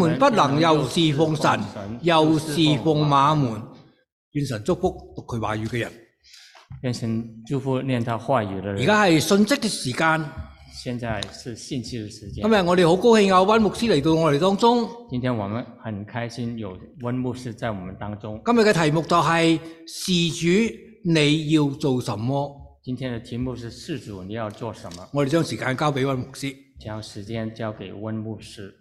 們不能又侍奉神，又侍奉馬門。願神祝福讀佢話語嘅人。 願神祝福念他話語的人。 而家係信息嘅時間。 現在是信息的時間。 今日我哋好高興有溫牧師嚟到我哋當中。 今天我們很開心有溫牧師在我們當中。 今日嘅題目就係事主你要做什麼？ 今天的題目是事主你要做什麼？ 我哋將時間交俾溫牧師。 將時間交給溫牧師。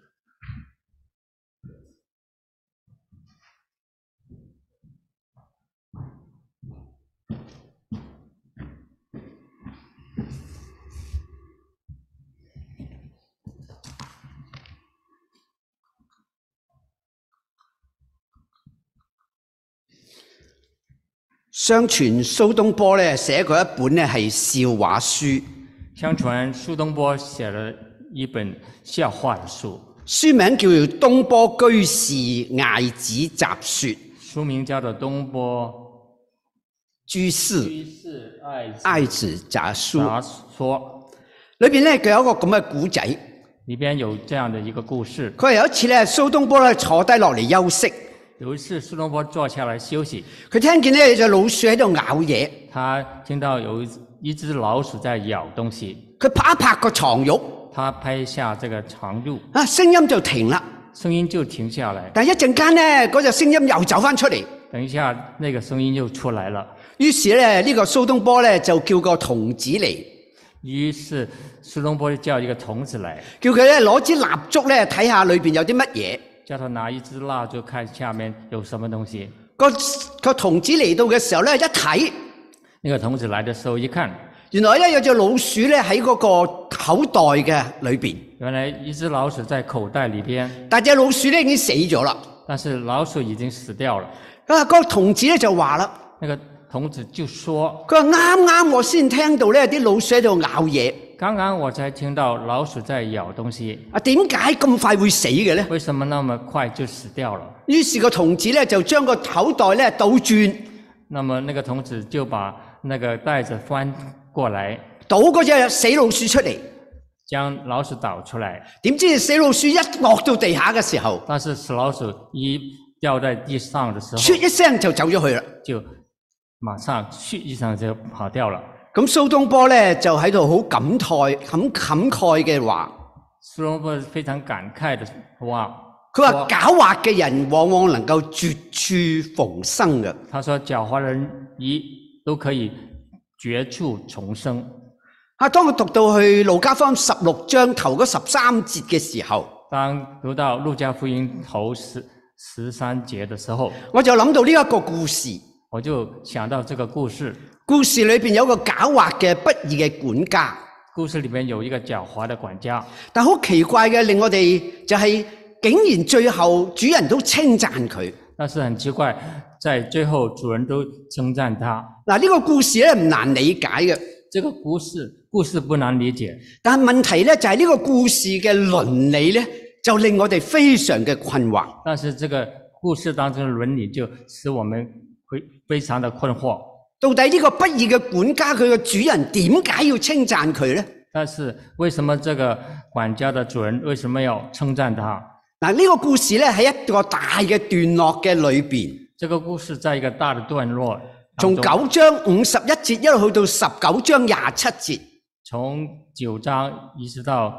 相傳蘇東坡咧寫過一本咧係笑話書。 相傳蘇東坡寫了一本笑話的書， 書名叫做《東坡居士艾子雜說》。 書名叫做《東坡居士艾子雜說》。裏邊咧佢有一個咁嘅古仔， 裏邊有這樣的一個故事。 佢有一次咧，蘇東坡咧坐低落嚟休息。 有一次蘇東坡坐下來休息， 佢聽見咧有隻老鼠喺度咬嘢。 他聽到有一隻老鼠在咬東西， 佢拍一拍個床褥， 他拍下這個床褥， 聲音就停啦， 聲音就停下來。 但一陣間咧，嗰隻聲音又走翻出嚟。 等一下，那個聲音又出來了。 於是咧，呢個蘇東坡咧就叫個童子嚟。 於是蘇東坡叫一個童子嚟， 叫佢咧攞支蠟燭咧睇下裏邊有啲乜嘢。 叫他拿一支蠟燭看下面有什麼東西。 個童子嚟到嘅時候咧，一睇， 那個童子來的時候一看， 原來咧有隻老鼠咧喺嗰個口袋嘅裏邊。 原來一隻老鼠在口袋裏邊， 但隻老鼠咧已經死咗啦。 但是老鼠已經死掉了。 嗰個童子咧就話啦， 那個童子就說： 佢話啱啱我先聽到咧啲老鼠喺度咬嘢。 剛剛我才聽到老鼠在咬東西。 點解咁快會死嘅咧？ 為什麼那麼快就死掉了？ 於是個童子咧就將個口袋咧倒轉。 那麼那個童子就把那個袋子翻過來， 倒嗰隻死老鼠出嚟， 將老鼠倒出來。 點知死老鼠一落到地下嘅時候， 但是死老鼠一掉在地上的時候， 唰一聲就走咗去啦， 就馬上唰一聲就跑掉了。 咁蘇東坡咧就喺度好感慨、很感慨嘅話， 蘇東坡非常感慨的話， 佢話狡猾嘅人往往能夠絕處逢生嘅。 他說狡猾人都可以絕處重生。 當我讀到去路加福音16章頭嗰13節嘅時候， 當讀到路加福音頭13節的時候， 我就諗到呢一個故事。 我就想到這個故事。 故事裏邊有個狡猾嘅不義嘅管家。 故事裏面有一個狡猾的管家。但好奇怪嘅，令我哋就係竟然最後主人都稱讚佢。 但是很奇怪，在最後主人都稱讚他。 嗱，呢個故事咧唔難理解嘅。 這個故事不難理解。但問題咧就係呢個故事嘅倫理咧，就令我哋非常嘅困惑。 但是這個故事當中的倫理就使我們會非常的困惑。 到底呢個不義嘅管家佢嘅主人點解要稱讚佢呢？ 但是為什麼這個管家的主人為什麼要稱讚他？ 嗱，呢個故事咧喺一個大嘅段落嘅裏邊。 這個故事在一個大的段落， 從9章51節一路去到19章27節。 從9章一直到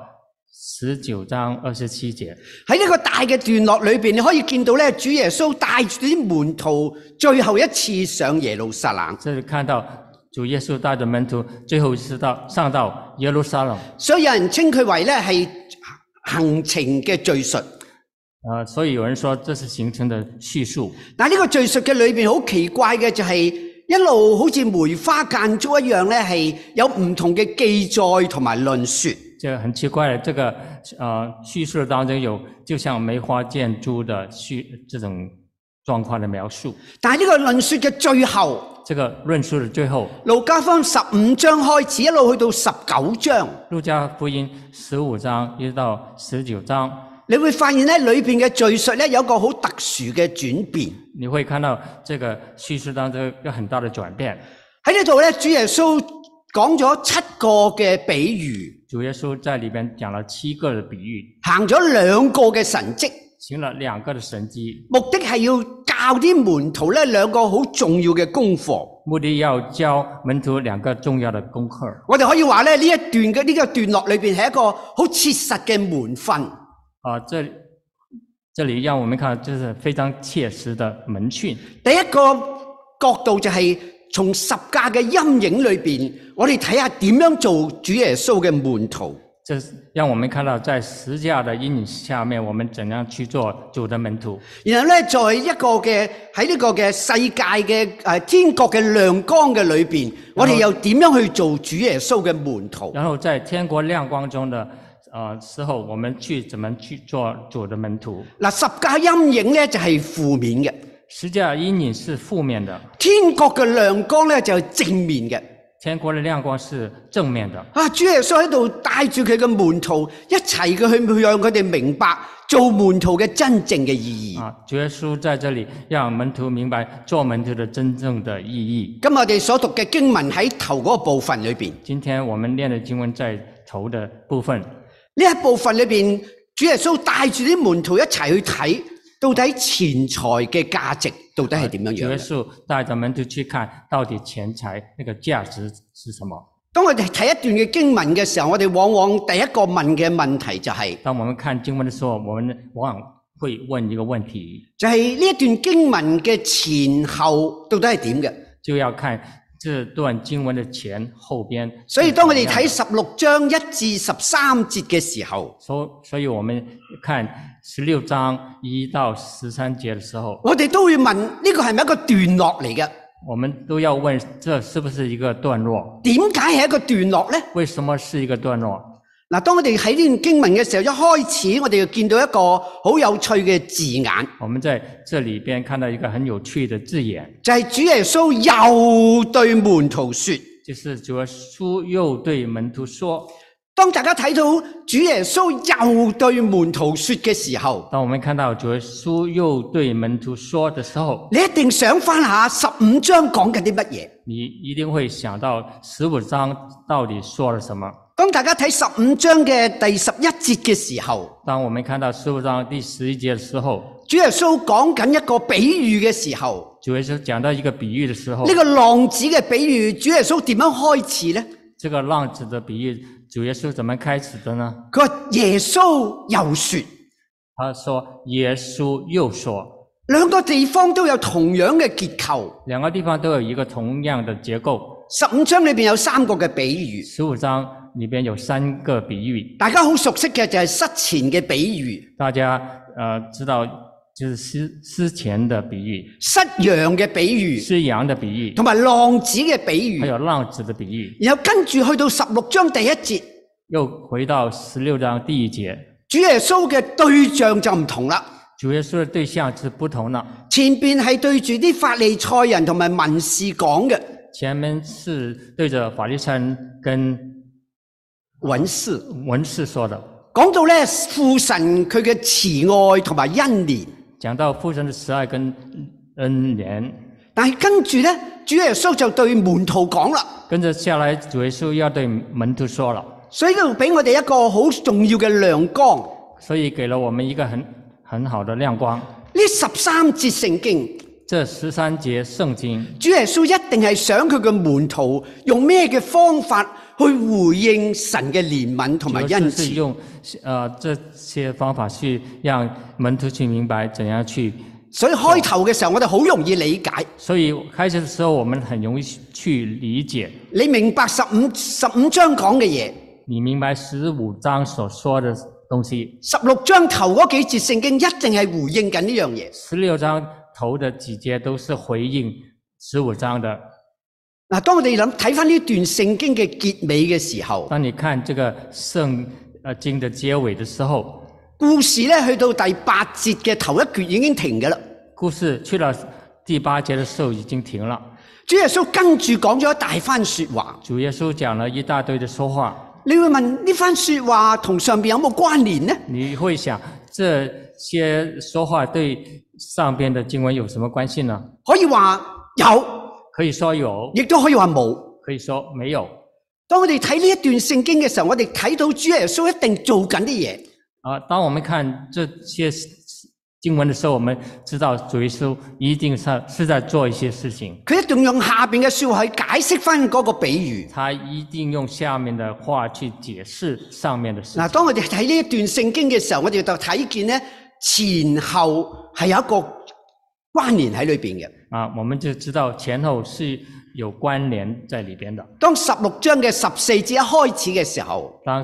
19章27節。 喺呢個大嘅段落裏邊，你可以見到咧，主耶穌帶住啲門徒最後一次上耶路撒冷。 這裡看到主耶穌帶着門徒最後一次上到耶路撒冷。 所以有人稱佢為咧係行程嘅敘述。 所以有人說這是行程的敘述。 但係呢個敘述嘅裏邊好奇怪嘅就係一路好似梅花間竹一樣咧，係有唔同嘅記載同埋論說。 這很奇怪的，這個敘述當中有就像梅花間竹的這種狀況的描述。 但係呢個論說嘅最後， 這個論述的最後， 路加福音15章開始一路去到19章。 路加福音15章一直到19章。 你會發現咧，裏邊嘅敘述咧有一個好特殊嘅轉變。 你會看到這個敘述當中有很大的轉變。 喺呢度咧，主耶穌講咗7個嘅比喻。 主耶穌在裏邊講了7個的比喻， 行咗2個嘅神蹟， 行了2個的神蹟， 目的係要教啲門徒咧2個好重要嘅功課。 目的要教門徒2個重要的功課。 我哋可以話咧呢一段嘅呢個段落裏邊係一個好切實嘅門訓。 這裡讓我們看，就是非常切實的門訓。 第一個角度就係從十架嘅陰影裏邊，我哋睇下點樣做主耶穌嘅門徒。 這讓我們看到在十架的陰影下面，我們怎樣去做主的門徒。 然後咧，在一個嘅喺呢個嘅世界嘅天國嘅亮光嘅裏邊，我哋又點樣去做主耶穌嘅門徒？ 然後在天國亮光中的時候，我們怎麼去做主的門徒？ 嗱，十架陰影咧就係負面嘅， 十架陰影是負面的， 天國嘅亮光咧就係正面嘅。 天國的亮光是正面的。 主耶穌喺度帶住佢嘅門徒一齊嘅去讓佢哋明白做門徒嘅真正嘅意義。 主耶穌在這裡讓門徒明白做門徒的真正的意義。 今日我哋所讀嘅經文喺頭嗰個部分裏邊， 今天我們念的經文在頭的部分。 呢一部分裏邊，主耶穌帶住啲門徒一齊去睇，到底錢財嘅價值到底係點樣樣？ 主耶穌帶着門徒去看，到底錢財那個價值是什麼？ 當我哋睇一段嘅經文嘅時候，我哋往往第一個問嘅問題就係： 當我們看經文的時候，我們往往會問一個問題， 就係呢一段經文嘅前後到底係點嘅？ 就要看這段經文的前後邊。 所以當我哋睇16章1至13節嘅時候， 所以我們看16章1到13節的時候， 我哋都會問呢個係咪一個段落嚟嘅？ 我們都要問，這是不是一個段落？ 點解係一個段落呢？ 為什麼是一個段落？ 嗱，當我哋喺呢段經文嘅時候，一開始我哋就見到一個好有趣嘅字眼。 我們在這裡邊看到一個很有趣的字眼， 就係主耶穌又對門徒說， 就是主耶穌又對門徒說。 當大家睇到主耶穌又對門徒說嘅時候， 當我們看到主耶穌又對門徒說的時候， 你一定想翻下15章講緊啲乜嘢？ 你一定會想到15章到底說了什麼？ 當大家睇15章嘅第11節嘅時候， 當我們看到15章第11節的時候， 主耶穌講緊一個比喻嘅時候， 主耶穌講到一個比喻的時候， 呢個浪子嘅比喻，主耶穌點樣開始呢？ 這個浪子的比喻，主耶穌怎麼開始的呢？ 佢話耶穌又說， 他說耶穌又說， 兩個地方都有同樣嘅結構， 兩個地方都有一個同樣的結構。 15章裏邊有3個嘅比喻 ，15章裏邊有3個比喻， 大家好熟悉嘅就係失錢嘅比喻， 大家知道就是失錢的比喻， 失羊嘅比喻， 失羊的比喻， 同埋浪子嘅比喻， 還有浪子的比喻。 然後跟住去到16章第1節， 又回到16章第1節， 主耶穌嘅對象就唔同啦。 主耶穌的對象是不同的， 前邊係對住啲法利賽人同埋文士講嘅， 前面是對着法利賽人跟文士說的， 講到咧父神佢嘅慈愛同埋恩憐， 講到父神的慈愛跟恩憐。 但係跟住咧，主耶穌就對門徒講啦， 跟着下來主耶穌要對門徒說了， 所以呢度俾我哋一個好重要嘅亮光， 所以給了我們一個很好的亮光。 呢13節聖經， 這13節聖經， 主耶穌一定係想佢嘅門徒用咩嘅方法去回應神嘅憐憫同埋恩慈， 是用這些方法去讓門徒去明白怎樣去。 所以開頭嘅時候我哋好容易理解， 所以開始的時候我們很容易去理解。 你明白15章講嘅嘢， 你明白15章所說的東西。 16章頭嗰幾節聖經一定係回應緊呢樣嘢。 16章頭的幾節都是回應15章的。 嗱，當我哋睇翻呢段聖經嘅結尾嘅時候， 當你看這個聖經的結尾的時候， 故事咧去到第8節嘅頭一橛已經停嘅啦。 故事去到第8節的時候已經停了。 主耶穌跟住講咗一大番說話。 主耶穌講了一大堆的說話。 你會問呢番說話同上邊有冇關聯呢？ 你會想這些說話對上邊的經文有什麼關係呢？ 可以話有， 可以說有， 亦都可以話冇， 可以說沒有。 當我哋睇呢一段聖經嘅時候，我哋睇到主耶穌一定做緊啲嘢。 當我們看這些經文的時候，我們知道主耶穌一定是在做一些事情。 佢一定用下邊嘅說話去解釋翻嗰個比喻。 他一定用下面的話去解釋上面的事情。 嗱，當我哋睇呢一段聖經嘅時候，我哋就睇見咧前後係有一個關聯喺裏邊嘅。 我們就知道前後是有關聯在裏邊的。 當16章嘅14節一開始嘅時候， 當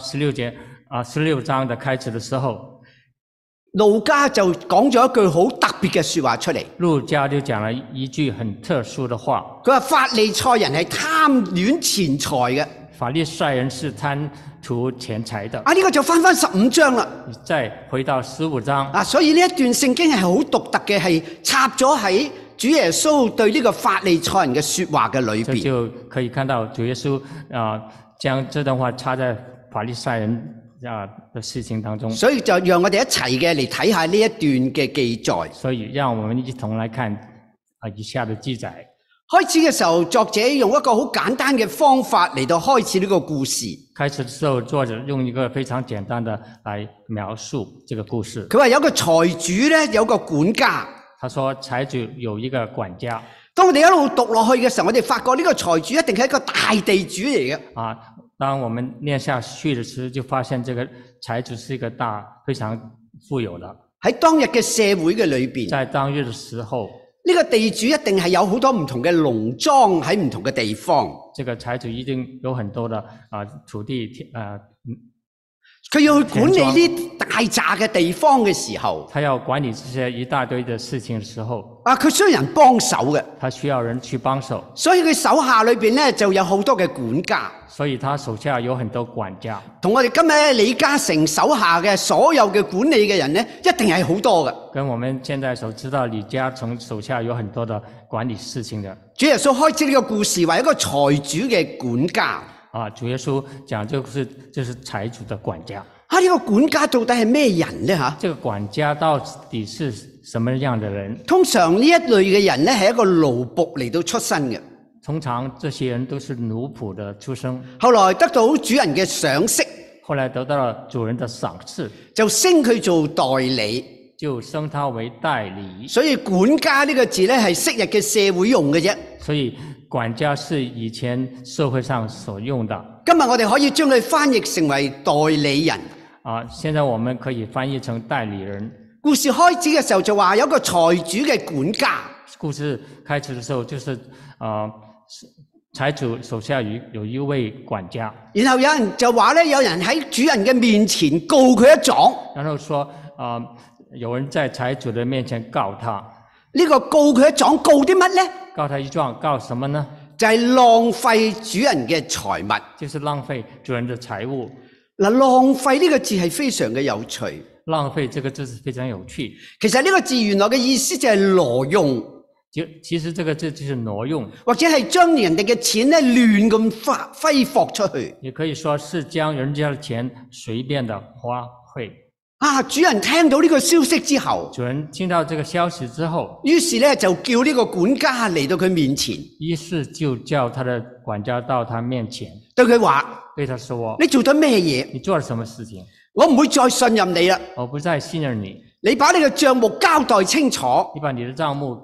16章的開始的時候， 路加就講咗一句好特別嘅說話出嚟。 路加就講了一句很特殊的話。 佢話法利賽人係貪戀錢財嘅。 法利賽人是貪圖錢財的。 呢個就翻15章啦。 再回到15章。 所以呢一段聖經係好獨特嘅，係插咗喺主耶穌對呢個法利賽人嘅說話嘅裏邊。 這就可以看到主耶穌將這段話插在法利賽人的事情當中。 所以就讓我哋一齊嘅嚟睇下呢一段嘅記載。 所以讓我們一同來看以下的記載。 開始嘅時候，作者用一個好簡單嘅方法嚟到開始呢個故事。 開始的時候，作者用一個非常簡單的來描述這個故事。 佢話有個財主咧，有個管家。 他說財主有一個管家。 當我哋一路讀落去嘅時候，我哋發覺呢個財主一定係一個大地主嚟嘅。 當我們念下去的時候，就發現這個財主是一個非常富有的。喺當日嘅社會嘅裏邊， 在當日的時候， 呢個地主一定係有好多唔同嘅農莊喺唔同嘅地方。 這個財主一定有很多的土地佢要去管理呢大扎嘅地方嘅時候， 他要管理這些一大堆的事情的時候， 佢需要人幫手嘅， 他需要人去幫手， 所以佢手下裏邊咧就有好多嘅管家， 所以他手下有很多管家， 同我哋今日李嘉誠手下嘅所有嘅管理嘅人咧，一定係好多嘅。 跟我們現在所知道李嘉誠手下有很多的管理事情的。 主耶穌開始呢個故事為一個財主嘅管家。 主耶穌講就是財主的管家。 呢個管家到底係咩人呢？ 這個管家到底是什麼樣的人？ 通常呢一類嘅人咧係一個奴僕嚟到出身嘅。 通常這些人都是奴僕的出身。 後來得到主人嘅賞識， 後來得到了主人的賞識， 就升佢做代理， 就升他為代理。 所以管家呢個字咧係昔日嘅社會用嘅啫。 所以管家是以前社會上所用的。 今日我哋可以將佢翻譯成為代理人。 現在我們可以翻譯成代理人。 故事開始嘅時候就話有個財主嘅管家。 故事開始的時候就是財主手下有一位管家。 然後有人就話咧，有人喺主人嘅面前告佢一狀。 然後說有人在財主的面前告他。 呢個告佢一狀告啲乜咧？ 告他一狀告什麼呢？ 就係浪費主人嘅財物。 就是浪費主人的財物。 浪費呢個字係非常嘅有趣。 浪費這個字是非常有趣。 其實呢個字原來嘅意思就係挪用。 其實這個字就是挪用， 或者係將人哋嘅錢咧亂咁揮霍出去。 也可以說是將人家的錢隨便的花費。 主人聽到呢個消息之後， 主人聽到這個消息之後， 於是咧就叫呢個管家嚟到佢面前。 於是就叫他的管家到他面前， 對佢話： 對他說， 你做咗咩嘢？ 你做了什麼事情？ 我唔會再信任你啦。 我不再信任你。 你把你嘅賬目交代清楚。 你把你的賬目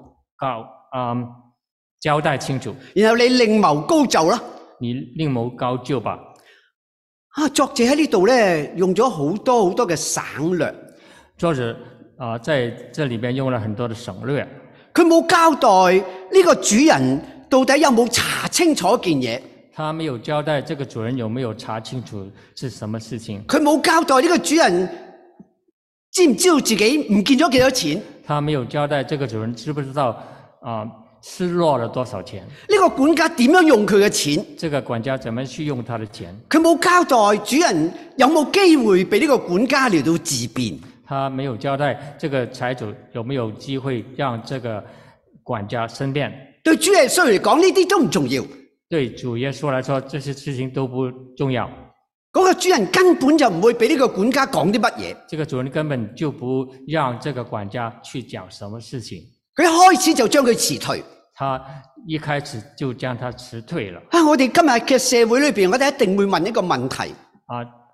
交代清楚。 然後你另謀高就啦。 你另謀高就吧。 作者喺呢度咧用咗好多好多嘅省略。 作者在這裏邊用了很多的省略。 佢冇交代呢個主人到底有冇查清楚件嘢。 他沒有交代這個主人有沒有查清楚是什麼事情。 佢冇交代呢個主人知唔知道自己唔見咗幾多錢。 他沒有交代這個主人知不知道失落了多少錢。 呢個管家點樣用佢嘅錢？ 這個管家怎麼去用他的錢？ 佢冇交代主人有冇機會俾呢個管家嚟到自辯。 他沒有交代這個財主有沒有機會讓這個管家申辯。 對主耶穌嚟講呢啲都唔重要。 對主耶穌來說，這些事情都不重要。 嗰個主人根本就唔會俾呢個管家講啲乜嘢。 這個主人根本就不讓這個管家去講什麼事情。 佢一開始就將佢辭退。 他一開始就將他辭退了。 我哋今日嘅社會裏邊，我哋一定會問一個問題。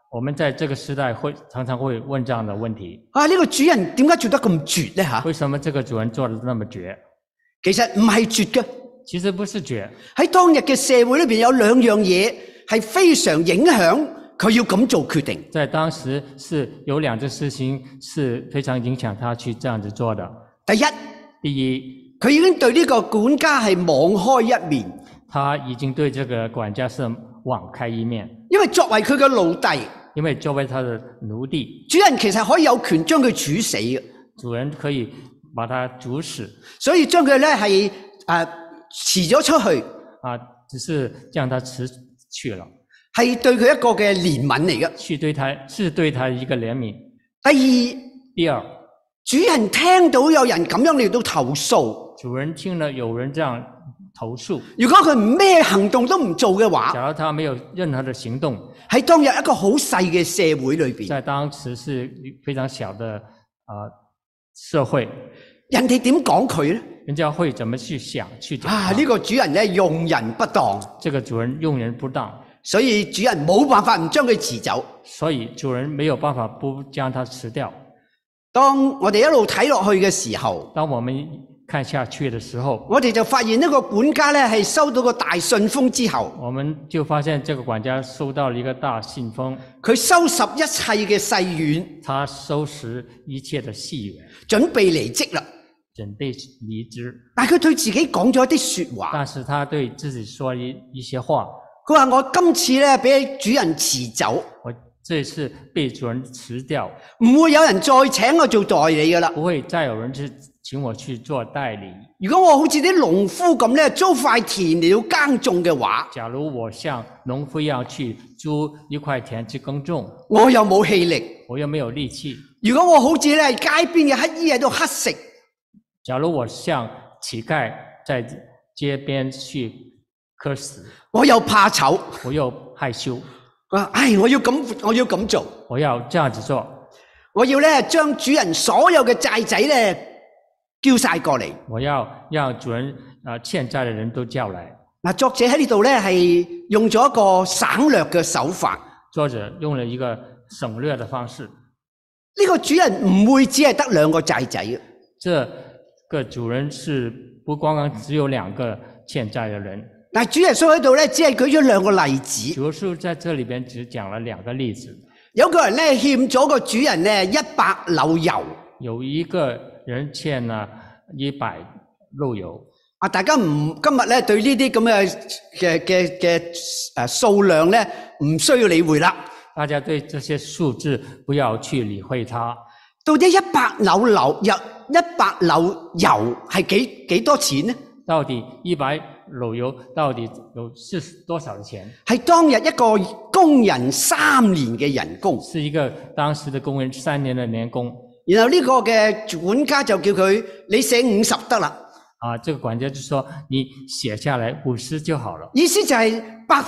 我們在這個時代常常會問這樣的問題： 啊，呢個主人點解做得咁絕呢？嚇， 為什麼這個主人做得那麼絕？ 其實唔係絕嘅。 其實不是絕。 喺當日嘅社會裏邊有兩樣嘢係非常影響佢要咁做決定。 在當時是有兩件事情是非常影響他去這樣子做的。第一， 佢已經對呢個管家係網開一面。 他已經對這個管家是網開一面。 因為作為佢嘅奴隸， 因為作為他的奴隸， 主人其實可以有權將佢處死嘅。 主人可以把他處死， 所以將佢咧係辭咗出去。 只是將他辭去了， 係對佢一個嘅憐憫嚟嘅。 是對他一個憐憫。 第二，主人聽到有人咁樣嚟到投訴， 主人聽了有人這樣投訴， 如果佢唔咩行動都唔做嘅話， 假如他沒有任何的行動， 喺當日一個好細嘅社會裏邊， 在當時是非常小的社會， 人哋點講佢呢？ 人家會怎麼去想去講？ 呢個主人咧用人不當， 這個主人用人不當， 所以主人冇辦法唔將佢辭走， 所以主人沒有辦法不將他辭掉。 當我哋一路睇落去嘅時候， 當我們看下去的時候， 我哋就發現呢個管家咧係收到個大信封之後， 我們就發現這個管家收到了一個大信封， 佢收拾一切嘅細軟， 他收拾一切的細軟， 準備離職啦， 準備離職。 但係佢對自己講咗一啲說話， 但是他對自己說一些話， 佢話我今次咧俾主人辭走， 我這次被主人辭掉， 唔會有人再請我做代理噶啦， 不會再有人去請我去做代理。 如果我好似啲農夫咁咧租塊田嚟到耕種嘅話， 假如我像農夫一樣去租一塊田去耕種， 我又冇氣力， 我又沒有力氣。 如果我好似咧街邊嘅乞衣喺度乞食， 假如我像乞丐在街邊去乞食， 我又怕醜， 我又害羞。 我要咁做， 我要這樣子做， 我要咧將主人所有嘅債仔咧叫晒過嚟。 我要讓主人欠債的人都叫來。 作者喺呢度咧係用咗一個省略嘅手法。 作者用了一個省略的方式。 呢個主人唔會只係得兩個債仔嘅。 這個主人是不光光只有兩個欠債的人。 但係主耶穌喺度咧，只係舉咗兩個例子。 主耶穌在這裏邊只講了兩個例子。 有個人咧欠咗個主人咧100簍油。 有一個人欠了100簍油。 大家今日咧對呢啲咁嘅數量咧唔需要理會啦。 大家對這些數字不要去理會它。 到底100簍油係幾多錢呢？ 到底100簍油到底是多少的錢？ 係當日一個工人3年嘅人工， 是一個當時的工人3年的年工。 然後呢個嘅管家就叫佢你寫50得啦。 這個管家就說你寫下來50就好了。 意思就係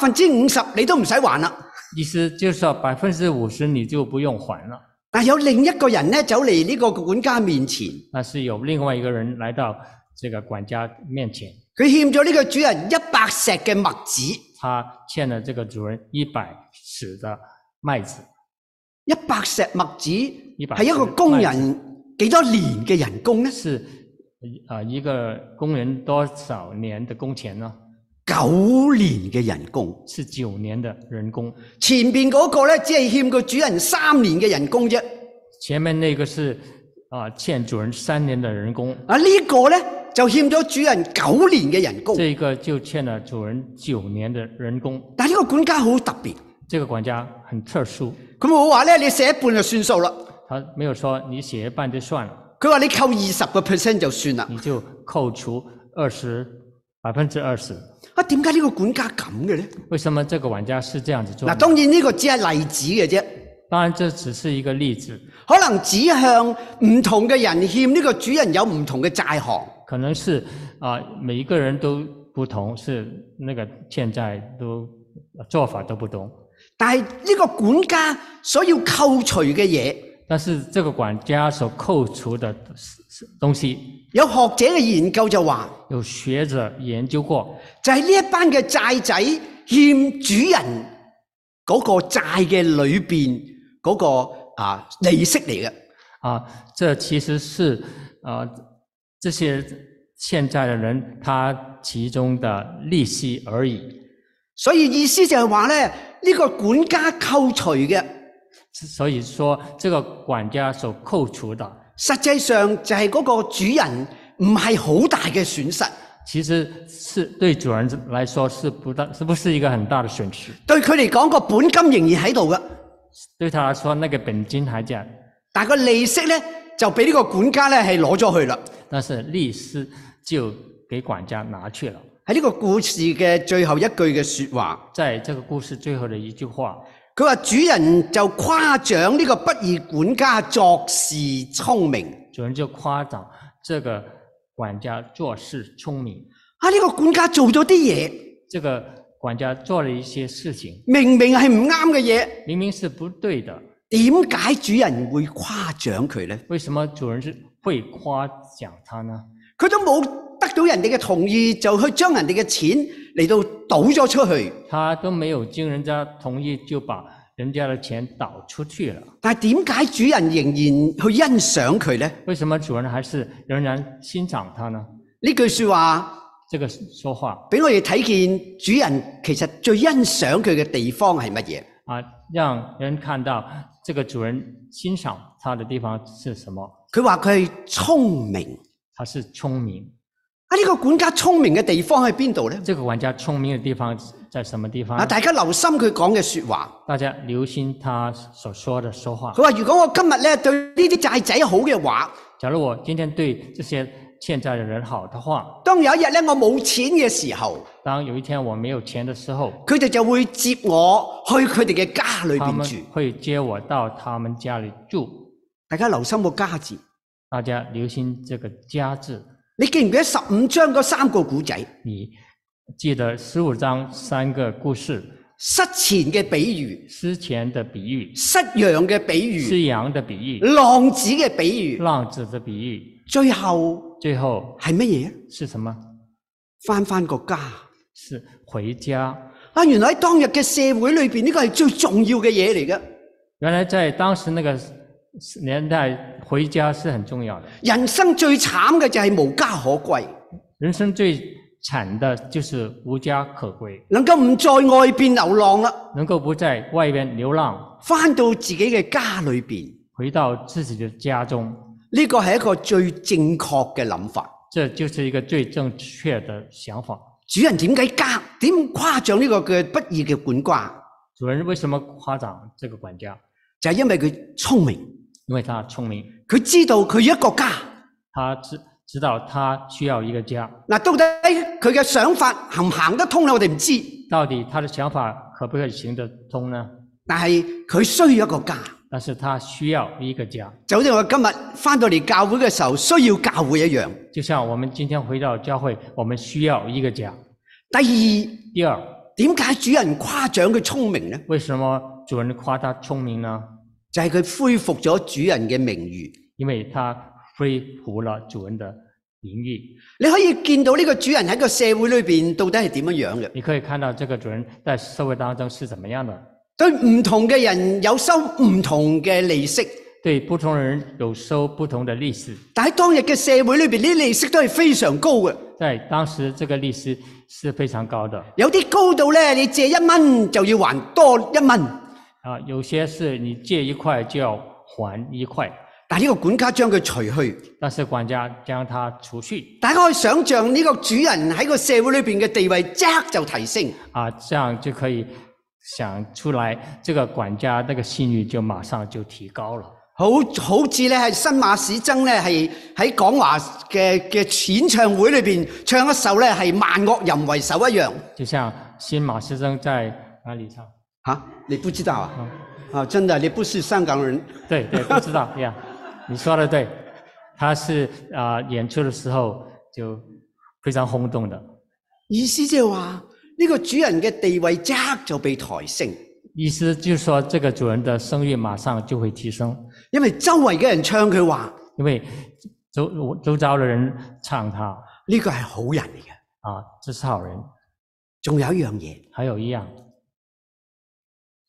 50%你都唔使還啦。 意思就是說50%你就不用還了。 但有另一個人呢走嚟呢個管家面前， 但是有另外一個人來到這個管家面前。 佢欠咗呢個主人100石嘅麥子， 他欠了這個主人100石的麥子。 100石麥子係一個工人幾多年嘅人工呢？ 是一個工人多少年的工錢呢 ？9年嘅人工， 是9年的人工。 前面嗰個呢只係欠個主人3年嘅人工啫。 前面那個是欠主人3年的人工。 呢個呢就欠咗主人9年嘅人工。 這個就欠了主人9年的人工。 但係呢個管家好特別。 這個管家很特殊。 佢冇話呢你寫一半就算數啦。 他沒有說你寫一半就算了。 佢話你扣20% 就算啦。 你就扣除20%。 點解呢個管家咁嘅呢？ 為什麼這個管家是這樣子做？ 當然呢個只係例子嘅啫。 當然這只是一個例子。 可能指向唔同嘅人欠呢個主人有唔同嘅債項。 可能是每一個人都不同，是那個欠債都做法都不同。 但係呢個管家所要扣除嘅嘢， 但是這個管家所扣除的東西， 有學者嘅研究就話， 有學者研究過， 就係呢一班嘅債仔欠主人嗰個債嘅裏邊嗰個利息嚟嘅。 这其实是这些欠债的人他其中的利息而已。 所以意思就係話咧，呢個管家扣除嘅， 所以說這個管家所扣除的， 實際上就係嗰個主人唔係好大嘅損失。 其實是對主人來說是不是一個很大的損失？ 對佢嚟講個本金仍然喺度嘅， 對他來說那個本金還在， 但係個利息咧就俾呢個管家咧係攞咗去啦。 但是利息就給管家拿去了。 喺呢個故事嘅最後一句嘅說話， 在這個故事最後的一句話， 佢話主人就誇獎呢個不義管家作事聰明。 主人就誇獎這個管家做事聰明。 呢個管家做咗啲嘢， 這個管家做了一些事情， 明明係唔啱嘅嘢， 明明是不對的。 點解主人會誇獎佢呢？ 為什麼主人是會誇獎他呢？ 佢都冇得到人哋嘅同意，就去將人哋嘅錢嚟到倒咗出去。 他都沒有經人家同意，就把人家的錢倒出去了。 但係點解主人仍然去欣賞佢呢？ 為什麼主人還是仍然欣賞他呢？ 呢句說話， 這個說話俾我哋睇見主人其實最欣賞佢嘅地方係乜嘢？ 讓人看到這個主人欣賞他的地方是什麼？ 佢話佢係聰明， 他是聰明。 呢個管家聰明嘅地方喺邊度呢？ 這個管家聰明嘅地方在什麼地方？ 大家留心佢講嘅說話。 大家留心他所說的說話。 佢話如果我今日咧對呢啲債仔好嘅話， 假如我今天對這些欠債的人好的話， 當有一日咧我冇錢嘅時候， 當有一天我沒有錢的時候， 佢哋就會接我去佢哋嘅家裏邊住。 會接我到他們家裏住。 大家留心個家字。 大家留心這個家字。 你記唔記得15章嗰3個古仔？ 你記得15章3個故事？ 失錢嘅比喻， 失錢的比喻， 失羊嘅比喻， 失羊的比喻， 浪子嘅比喻， 浪子的比喻。 最後係乜嘢？ 是什麼？ 返個家， 是回家。 原來喺當日嘅社會裏邊，呢個係最重要嘅嘢嚟嘅。 原來在當時那個年代，回家是很重要的。 人生最慘嘅就係無家可歸。 人生最慘的就是無家可歸。能夠唔在外邊流浪啦， 能夠不在外邊流浪， 返到自己嘅家裏邊， 回到自己的家中。 呢個係一個最正確嘅諗法。 這就是一個最正確的想法。 主人點誇獎呢個嘅不義嘅管家？ 主人為什麼誇獎這個管家？ 就係因為佢聰明。 因為他聰明， 佢知道佢要一個家， 他知道他需要一個家。 到底佢嘅想法行唔行得通呢？我哋唔知。 到底他的想法可不可以行得通呢？ 但係佢需要一個家。 但是他需要一個家。就好似我今日返到嚟教會嘅時候需要教會一樣。 就像我們今天回到教會，我們需要一個家。 第二，點解主人誇獎佢聰明呢？ 為什麼主人誇他聰明呢？ 就係佢恢復咗主人嘅名譽， 因為他恢復了主人的名譽。 你可以見到呢個主人喺個社會裏邊到底係點樣嘅？ 你可以看到這個主人在社會當中是怎麼樣的？ 對唔同嘅人有收唔同嘅利息， 對不同人有收不同的利息。 但喺當日嘅社會裏邊，呢啲利息都係非常高嘅。 在當時，這個利息是非常高的。 有啲高到咧，你借1蚊就要還多1蚊。 有些是你借1塊就要還1塊， 但係呢個管家將佢除去， 但是管家將它除去。 大家可以想象呢個主人喺個社會裏邊嘅地位即刻就提升。 這樣就可以想出來，這個管家那個信譽就馬上就提高了。 好似咧係新馬師曾咧係喺廣華嘅演唱會裏邊唱一首咧係萬惡淫為首一樣。 就像新馬師曾在哪裡唱？ 你不知道啊？真的，你不是香港人。 對，不知道呀。你說得對，他是演出的時候就非常轟動的。 意思即係話呢個主人嘅地位即刻就被抬升。 意思就是說，這個主人的聲譽馬上就會提升， 因為周圍嘅人唱佢話， 因為周遭的人唱他， 呢個係好人嚟嘅。 這是好人。 仲有一樣嘢， 還有一樣。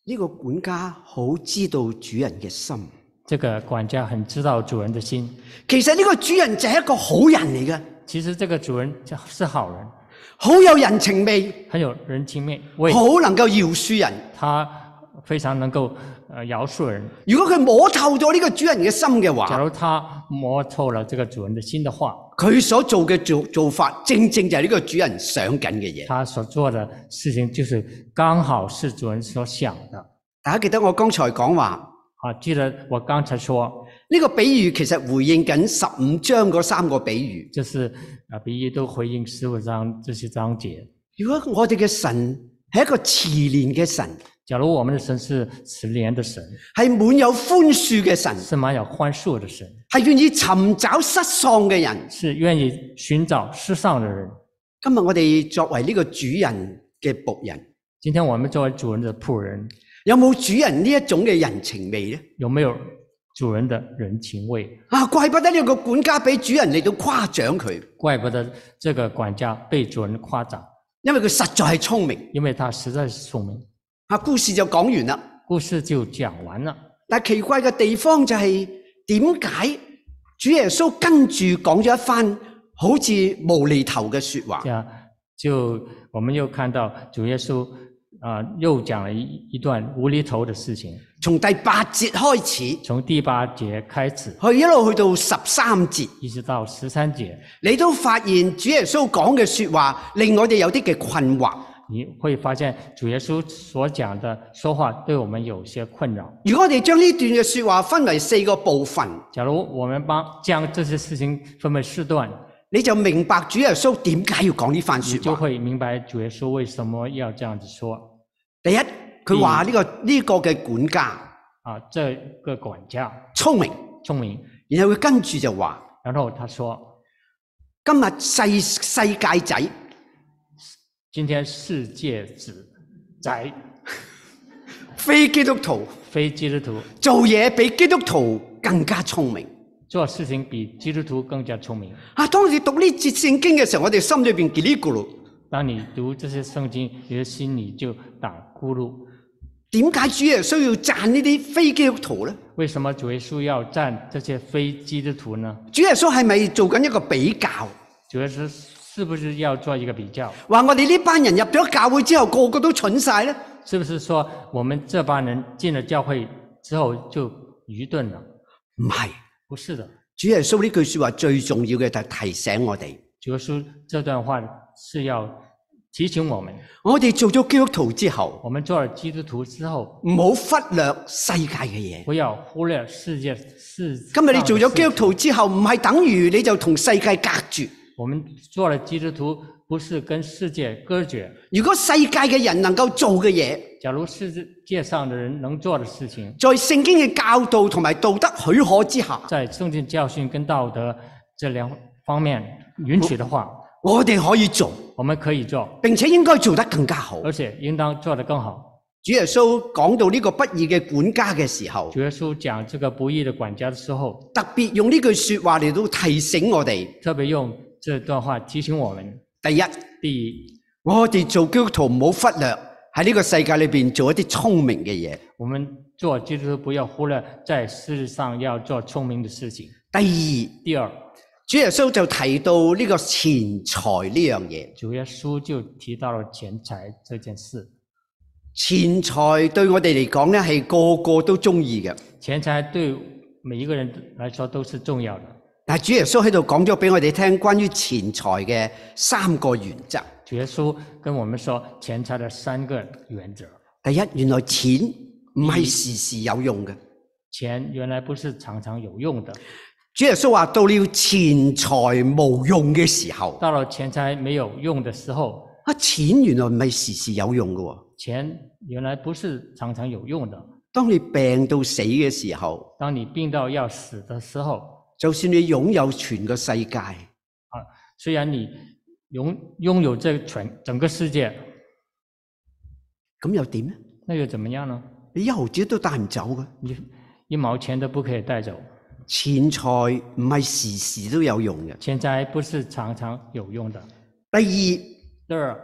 呢個管家好知道主人嘅心。 这个管家很知道主人的心。 其實呢個主人就係一個好人嚟嘅， 其實这个主人是好人， 好有人情味， 很有人情味， 好能夠饒恕人。 他非常能够饶恕人。 如果佢摸透咗呢個主人嘅心嘅假話， 如他摸透了这个主人的心的話， 佢所做嘅做法，正正就係呢個主人想緊嘅嘢。 他所做的事情就是剛好是主人所想的。 大家記得我剛才講話， 記得我剛才說呢個比喻其實回應緊15章嗰3個比喻。 就是比喻都回應15章這些章節。 如果我哋嘅神係一個慈憐嘅神， 假如我們的神是慈憐的神， 係滿有寬恕嘅神， 是滿有寬恕的神， 係願意尋找失喪嘅人， 是願意尋找失喪的人。 今日我哋作為呢個主人嘅僕人， 今天我們作為主人的僕人， 有冇主人呢一種嘅人情味呢？ 有沒有主人的人情味？ 怪不得呢個管家俾主人嚟到誇獎佢， 怪不得這個管家被主人誇獎， 因為佢實在係聰明。 因為他實在是聰明。 故事就講完啦。 故事就講完了。 但奇怪嘅地方就係點解主耶穌跟住講咗一番好似無厘頭嘅說話？ 就我們又看到主耶穌又講了一段無厘頭的事情。 從第8節開始， 從第8節開始， 一路去到13節， 一直到13節， 你都發現主耶穌講嘅說話令我哋有啲嘅困惑。 你會發現主耶穌所講的說話對我們有些困擾。 如果我哋將呢段嘅說話分為4個部分， 假如我們將這些事情分為4段， 你就明白主耶穌點解要講呢番說話。 你就會明白主耶穌為什麼要這樣子說。 第一，佢話呢個嘅管家這個管家聰明，然後佢跟住就話， 然後他說， 今日世界仔。 今天世界子仔非基督徒做嘢比基督徒更加聰明， 做事情比基督徒更加聰明。 當你讀呢節聖經嘅時候，我哋心裏邊嘰哩咕嚕。 當你讀這些聖經，你的心裏就打咕嚕。 點解主耶穌要讚呢啲非基督徒呢？ 為什麼主耶穌要讚這些非基督徒呢？ 主耶穌係咪做緊一個比較？ 主耶穌是不是要做一個比較？ 話我哋呢班人入咗教會之後，個個都蠢晒呢？ 是不是說我們這班人進了教會之後就愚鈍了？ 唔係， 不是的。 主耶穌呢句說話最重要嘅就係提醒我哋。 主耶穌這段話是要提醒我們， 我哋做咗基督徒之後， 我們做了基督徒之後， 唔好忽略世界嘅嘢， 不要忽略世界事。 今日你做咗基督徒之後，唔係等於你就同世界隔絕。 我們做了基督徒，不是跟世界隔絕。 如果世界嘅人能夠做嘅嘢， 假如世界上的人能做的事情， 在聖經嘅教導同埋道德許可之下， 在聖經教訓跟道德這兩方面允許的話， 我哋可以做， 我們可以做， 並且應該做得更加好， 而且應當做得更好。 主耶穌講到呢個不義嘅管家嘅時候， 主耶穌講這個不義的管家的時候， 特別用呢句說話嚟到提醒我哋， 特別用這段話提醒我們：第一， 我哋做基督徒唔好忽略喺呢個世界裏邊做一啲聰明嘅嘢。 我們做基督徒不要忽略在世上要做聰明的事情。 第二，主耶穌就提到呢個錢財呢樣嘢。 主耶穌就提到了錢財這件事。 錢財對我哋嚟講呢係個個都中意嘅。 錢財對每一個人來說都是重要的。 但係主耶穌喺度講咗俾我哋聽關於錢財嘅3個原則。 主耶穌跟我們說錢財的3個原則。 第一，原來錢唔係時時有用嘅。 錢原來不是常常有用的。 主耶穌話到了錢財無用嘅時候， 到了錢財沒有用的時候， 錢原來唔係時時有用嘅。 錢原來不是常常有用的。 當你病到死嘅時候， 當你病到要死的時候， 就算你擁有全個世界， 雖然你擁有這整個世界， 咁又點呢？ 那又怎麼樣呢？ 你一毫子都帶唔走嘅， 你一毛錢都不可以帶走。 錢財唔係時時都有用嘅。 錢財不是常常有用的。 第二，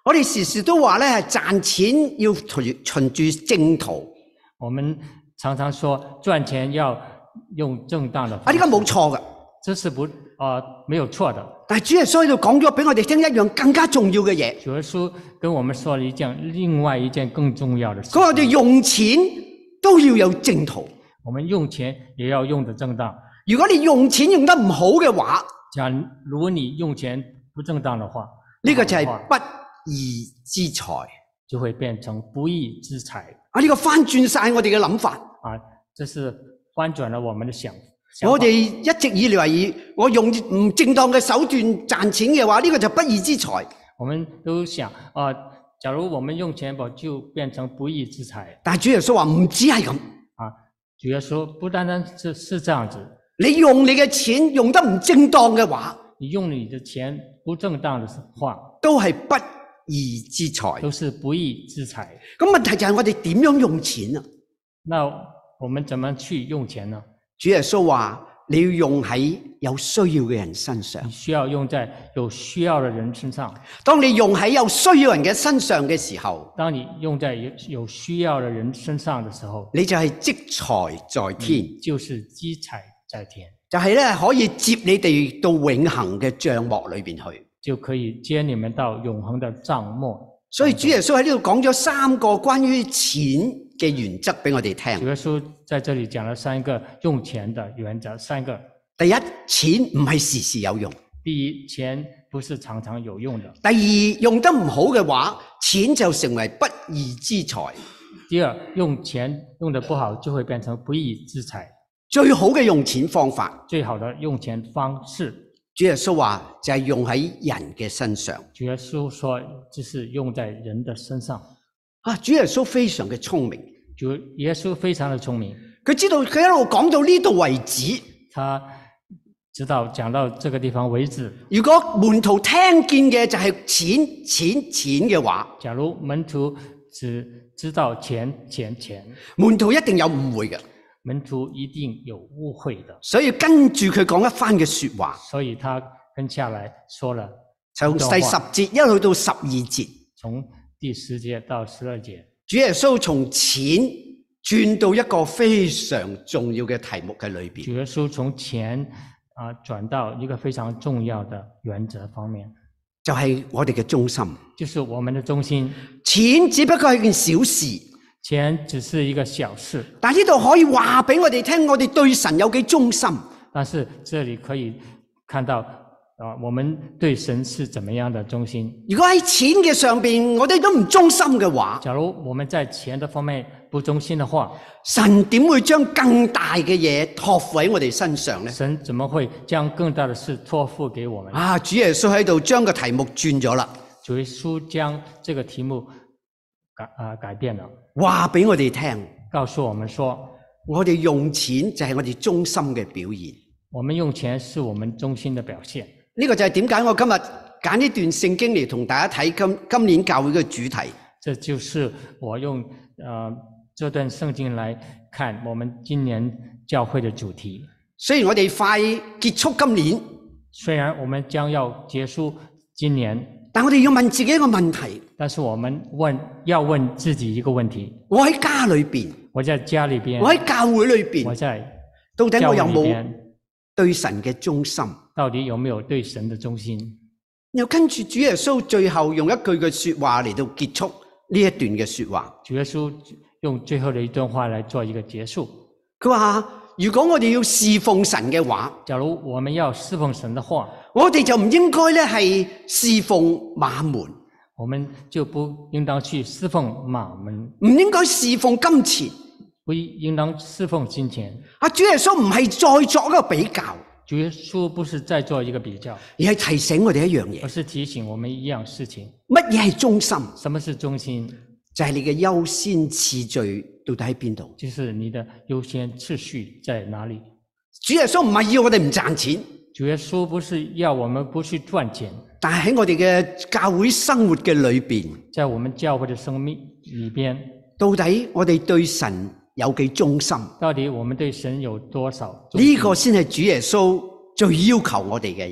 我哋時時都話咧，係賺錢要循住正途。 我们常常说赚钱要用正当的方式， 呢個冇錯嘅。 这是没有错的。 但係主耶穌喺度講咗俾我哋聽一樣更加重要嘅嘢。 主耶穌跟我们说了另外一件更重要的事。 佢話我哋用錢都要有正途。 我们用钱也要用得正当。 如果你用錢用得唔好嘅話， 假如你用钱不正當的話， 呢個就係不義之財， 就會變成不義之財。 呢個翻轉晒我哋嘅諗法。 這是翻轉了我們的想法。 我哋一直以為我用唔正當嘅手段賺錢嘅話，呢個就不義之財。 我們都想假如我們用錢就變成不義之財。 但係主耶穌話唔止係咁。 主耶穌不單單是這樣子。 你用你嘅錢用得唔正當嘅話， 你用你的錢不正當的話， 都係不義之財， 都是不義之財。 咁問題就係我哋點樣用錢啊？ 那我們怎麼去用錢呢？ 主耶穌話你要用喺有需要嘅人身上， 你需要用在有需要的人身上。 當你用喺有需要人嘅身上嘅時候， 當你用在有需要的人身上的時候， 你就係積財在天， 就是積財在天， 就係咧可以接你哋到永恆嘅帳幕裏邊去， 就可以接你們到永恆的帳幕。 所以主耶穌喺呢度講咗3個關於錢嘅原則俾我哋聽。 主耶穌在這裡講了3個用錢的原則，3個。 第一，錢唔係時時有用。 第一，錢不是常常有用的。 第二，用得唔好嘅話，錢就成為不義之財。 第二，用錢用得不好，就會變成不義之財。 最好嘅用錢方法， 最好的用錢方式， 主耶穌話就係用喺人嘅身上。 主耶穌說就是用在人的身上。 主耶穌非常嘅聰明。 主耶穌非常的聰明， 佢知道佢一路講到呢度為止。 他知道講到這個地方為止。 如果門徒聽見嘅就係錢嘅話， 假如門徒只知道錢， 門徒一定有誤會嘅。 門徒一定有誤會的。 所以跟住佢講一番嘅說話。 所以他跟下來說了， 從第10節一路到12節， 從第10節到12節， 主耶穌從錢轉到一個非常重要嘅題目嘅裏邊。 主耶穌從錢轉到一個非常重要的原則方面， 就係我哋嘅中心， 就是我們的中心。 錢只不過係件小事， 錢只是一個小事， 但呢度可以話俾我哋聽，我哋對神有幾忠心。 但是這裡可以看到我們對神是怎麼樣的忠心。 如果喺錢嘅上邊，我哋都唔忠心嘅話， 假如我們在錢的方面不忠心的話， 神點會將更大嘅嘢託付喺我哋身上呢？ 神怎麼會將更大的事託付給我們？ 主耶穌喺度將個題目轉咗啦。 主耶穌將這個題目改變了， 話俾我哋聽， 告訴我們說， 我哋用錢就係我哋忠心嘅表現。 我們用錢是我們忠心的表現。 呢個就係點解我今日揀呢段聖經嚟同大家睇今年教會嘅主題。 這就是我用這段聖經來看我們今年教會的主題。 雖然我哋快結束今年， 雖然我們將要結束今年， 但我哋要問自己一個問題。 但是我們要問自己一個問題： 我喺家裏邊， 我在家裏邊， 我喺教會裏邊， 我在到底我有冇對神嘅忠心？ 到底有沒有對神的忠心？ 又跟住主耶穌最後用一句嘅說話嚟到結束呢一段嘅說話。 主耶穌用最後的一段話來做一個結束。 佢話：如果我哋要侍奉神嘅話， 假如我們要侍奉神的話， 我哋就唔應該咧係侍奉馬門， 我們就不應當去侍奉馬門， 唔應該侍奉金錢， 不應當侍奉金錢。 主耶穌唔係再作一個比較。 主耶穌不是在做一個比較， 而係提醒我哋一樣嘢， 而是提醒我們一樣事情。 乜嘢係忠心？ 什麼是忠心？ 就係你嘅優先次序到底喺邊度？ 就是你的優先次序在哪裡？ 主耶穌唔係要我哋唔賺錢， 主耶穌不是要我們不去賺錢， 但係喺我哋嘅教會生活嘅裏邊， 在我們教會的生命裡邊， 到底我哋對神有幾忠心？ 到底我們對神有多少忠心？ 呢個先係主耶穌最要求我哋嘅嘢。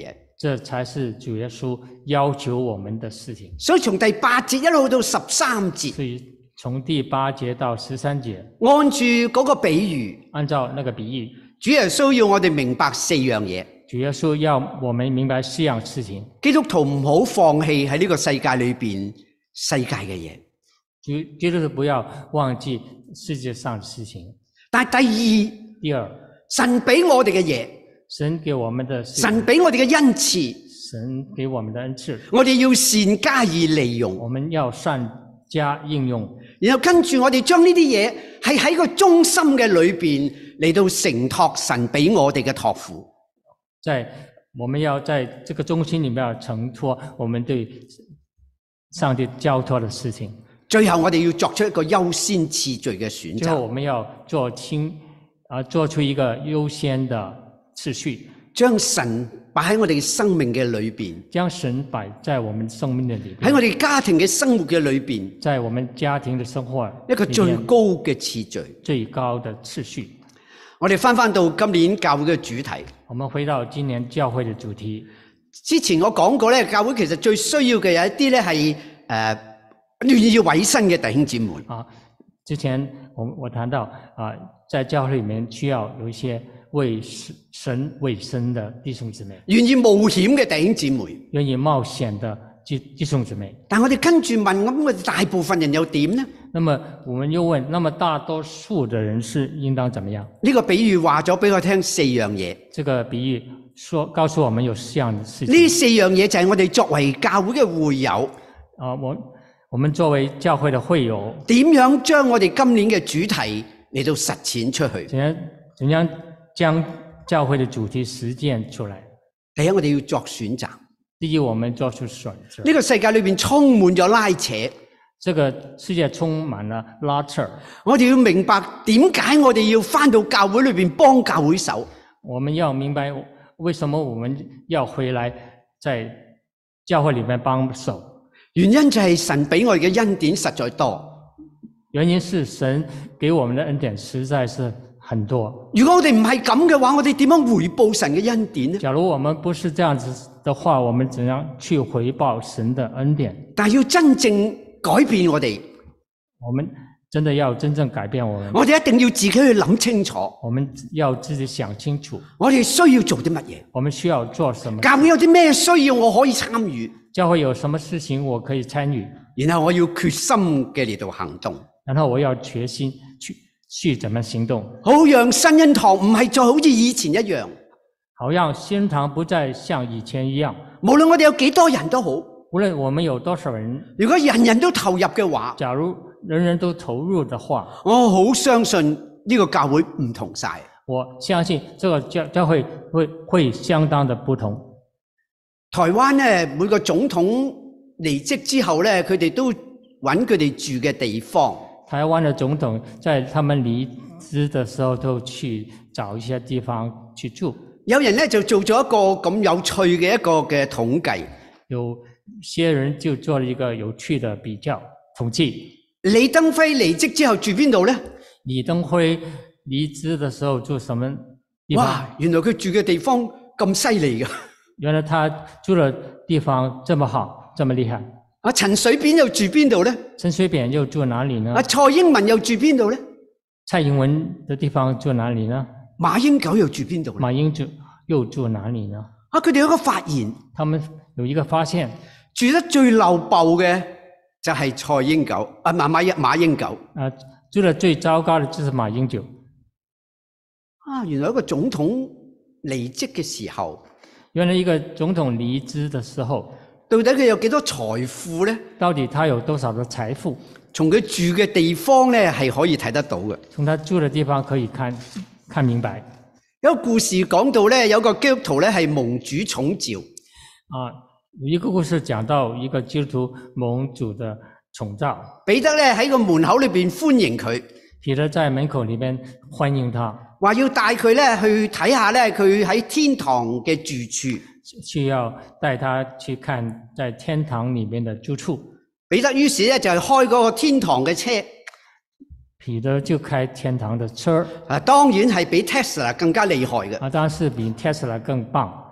这才是主耶稣要求我们的事情。 所以從第8節一路到13節， 所以從第8節到13節， 按住嗰個比喻， 按照那個比喻， 主耶穌要我哋明白4樣嘢。 主耶穌要我們明白4樣事情。 基督徒唔好放棄喺呢個世界裏邊世界嘅嘢。 基督徒不要忘記世界上的事情。 但係第二，神俾我哋嘅嘢， 神給我們的， 神俾我哋嘅恩賜， 神給我們的恩賜， 我哋要善加以利用。 我們要善加應用。 然後跟住我哋將呢啲嘢係喺個中心嘅裏邊嚟到承托神俾我哋嘅託付。 我們要在這個中心裏面承托我們對上帝交託的事情。 最後我哋要作出一個優先次序嘅選擇。 最後我們要做出一個優先的次序， 將神擺喺我哋生命嘅裏邊， 將神擺在我們生命的裏邊， 喺我哋家庭嘅生活嘅裏邊， 在我們家庭的生活一個最高嘅次序， 最高的次序。 我哋翻到今年教會嘅主題。 我們回到今年教會的主題。 之前我講過咧，教會其實最需要嘅有一啲咧係願意委身嘅弟兄姊妹。 之前我談到在教會裏面需要有一些為神委身的弟兄姊妹， 願意冒險嘅弟兄姊妹， 願意冒險的弟兄姊妹。 但我哋跟住問，咁我哋大部分人又點呢？ 那麼我們又問，那麼大多數的人是應當怎麼樣？ 呢個比喻話咗俾我聽4樣嘢。 這個比喻告訴我們有4樣的事情。 呢4樣嘢就係我哋作為教會嘅會友， 我們作為教會的會友， 點樣將我哋今年嘅主題嚟到實踐出去？ 怎樣將教會的主題實踐出來？ 第一，我哋要作選擇。 第一，我們作出選擇。 呢個世界裏邊充滿咗拉扯， 這個世界充滿了拉扯。 我哋要明白點解我哋要返到教會裏邊幫教會手。 我們要明白為什麼我們要回來在教會裏面幫手。 原因就係神俾我哋嘅恩典實在多。 原因是神給我們的恩典實在是很多。 如果我哋唔係咁嘅話，我哋點樣回報神嘅恩典呢？ 假如我們不是這樣子的話，我們怎樣去回報神的恩典？ 但係要真正改變我哋， 我們真的要真正改變我們。 我哋一定要自己去諗清楚。 我們要自己想清楚。 我哋需要做啲乜嘢？ 我們需要做什麼？ 教會有啲咩需要我可以參與？ 教會有什麼事情我可以參與？ 然後我要決心嘅嚟到行動。 然後我要決心去怎麼行動？ 好讓新恩堂唔係再好似以前一樣。 好讓新恩堂不再像以前一樣。 無論我哋有幾多人都好， 無論我們有多少人， 如果人人都投入嘅話， 假如人人都投入的話， 我好相信呢個教會唔同晒。 我相信這個教會會相當的不同。 台灣呢，每個總統離職之後呢，佢哋都揾佢哋住嘅地方。 台灣的總統在他們離職的時候都去找一些地方去住。 有人呢就做咗一個咁有趣嘅一個嘅統計。 有些人就做了一個有趣的比較統計。 李登輝離職之後住邊度呢？ 李登輝離職的時候住什麼地方？ 哇！原來佢住嘅地方咁犀利㗎。 原來他住的地方這麼好，這麼厲害。 陳水扁又住邊度呢？ 陳水扁又住哪裡呢？ 蔡英文又住邊度呢？ 蔡英文的地方住哪裡呢？ 馬英九又住邊度呢？ 馬英九又住哪裡呢？ 佢哋有一個發現， 他們有一個發現， 住得最漏爆嘅就係蔡英九，馬英九。 住得最糟糕的就是馬英九。 原來一個總統離職嘅時候， 原來一個總統離職的時候， 到底佢有幾多財富呢？ 到底他有多少的財富？ 從佢住嘅地方呢係可以睇得到嘅。 從他住的地方可以看明白。 有個故事講到呢，有個基督徒呢係蒙主寵召。 有一個故事講到一個基督徒蒙主的寵召。 彼得呢喺個門口裏邊歡迎佢。 彼得在門口裏邊歡迎他， 話要帶佢呢去睇下呢佢喺天堂嘅住處。 需要帶他去看在天堂裏面的住處。 彼得於是呢就係開嗰個天堂嘅車。 彼得就開天堂的車。 當然係比 Tesla 更加厲害嘅。 當然是比 Tesla 更棒。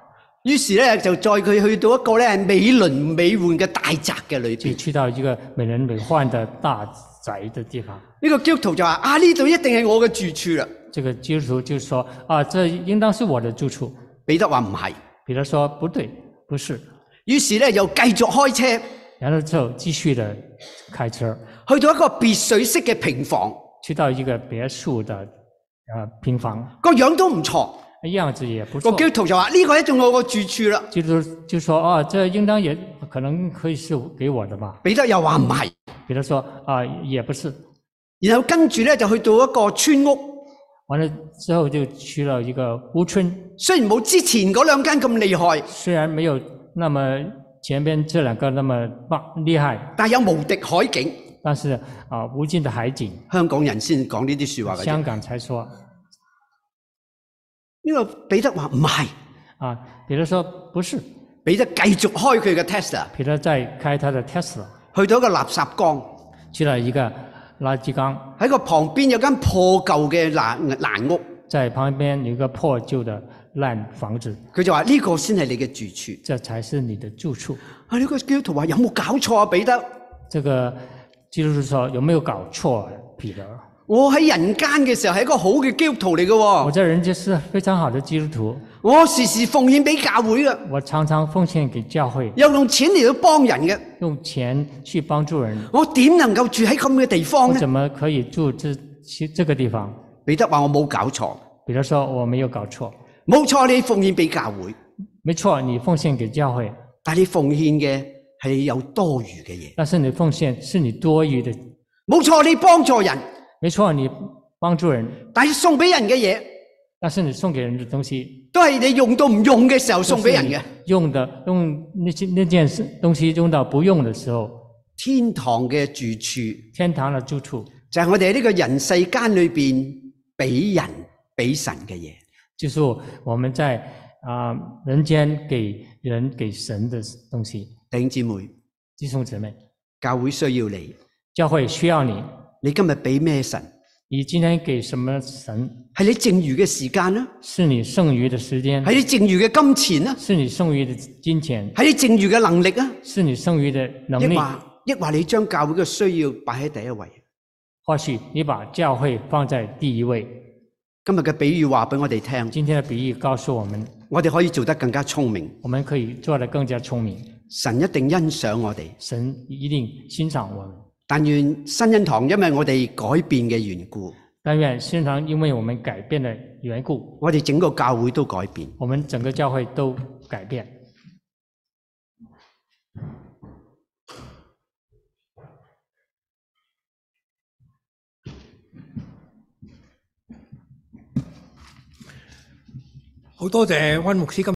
於是咧就載佢去到一個咧美輪美奐嘅大宅嘅裏邊。 就去到一个美轮美奐的大宅的地方。 呢個基督徒就話：啊，呢度一定係我嘅住處啦。 这个基督徒就说：啊，这应當是我的住處。 彼得話唔係， 彼得說：不對，不是。 於是咧又繼續開車， 然後就繼續的開車， 去到一個別墅式嘅平房， 去到一個別墅的平房， 個樣都唔錯。 樣子也不個基錯。 督徒就話：呢個一定係我個住處啦。 基督徒就說：啊，這應當也可能可以是給我的吧。 彼得又話唔係， 彼得說：啊，也不是。 然後跟住咧就去到一個村屋， 完了之後就去了一個屋村， 雖然冇之前嗰兩間咁厲害， 雖然沒有那麼前面這兩個那麼厲害， 但有無敵海景。 但是無盡的海景。 香港人先講呢啲說話嘅啫。 香港才說。 呢個彼得話唔係， 彼得說不是。 彼得繼續開佢嘅 Tesla， 彼得再開他的 Tesla， 去到一個垃圾缸， 去了一個垃圾缸， 喺個旁邊有間破舊嘅爛屋， 在旁邊有一個破舊的爛房子。 佢就話呢個先係你嘅住處， 這才是你的住處。 呢個基督徒話有冇搞錯啊？彼得， 這個基督徒說有沒有搞錯？彼得， 我喺人間嘅時候係一個好嘅基督徒嚟嘅， 我在人間是非常好的基督徒， 我時時奉獻俾教會嘅， 我常常奉獻給教會， 又用錢嚟到幫人嘅， 用錢去幫助人， 我點能夠住喺咁嘅地方呢？ 我怎麼可以住這個地方？ 彼得話我冇搞錯， 彼得說我沒有搞錯， 冇錯，你奉獻俾教會， 沒錯，你奉獻給教會， 但你奉獻嘅係有多餘嘅嘢， 但是你奉獻是你多餘的， 冇錯，你幫助人， 沒錯，你幫助人， 但係送俾人嘅嘢， 但是你送給人的東西都係你用到唔用嘅時候送俾人嘅。 用那件東西用到不用的時候， 天堂嘅住處， 天堂的住處就係我哋喺呢個人世間裏邊俾人俾神嘅嘢。 就是我們在人間給人給神的東西。 弟兄姊妹， 弟兄姊妹， 教會需要你， 教會需要你。 你今日俾咩神？ 你今天給什麼神？ 係你剩餘嘅時間啦， 是你剩餘的時間， 係你剩餘嘅金錢啦， 是你剩餘的金錢， 係你剩餘嘅能力啊， 是你剩餘的能力。 抑或你將教會嘅需要擺喺第一位。 或許你把教會放在第一位。 今日嘅比喻話俾我哋聽， 今天的比喻告訴我們， 我哋可以做得更加聰明， 我們可以做得更加聰明。 神一定欣賞我哋， 神一定欣賞我們。 但願新恩堂因為我哋改變嘅緣故， 但願新恩堂因為我們改變的緣故， 我哋整個教會都改變。 我們整個教會都改變。 好多謝溫牧師今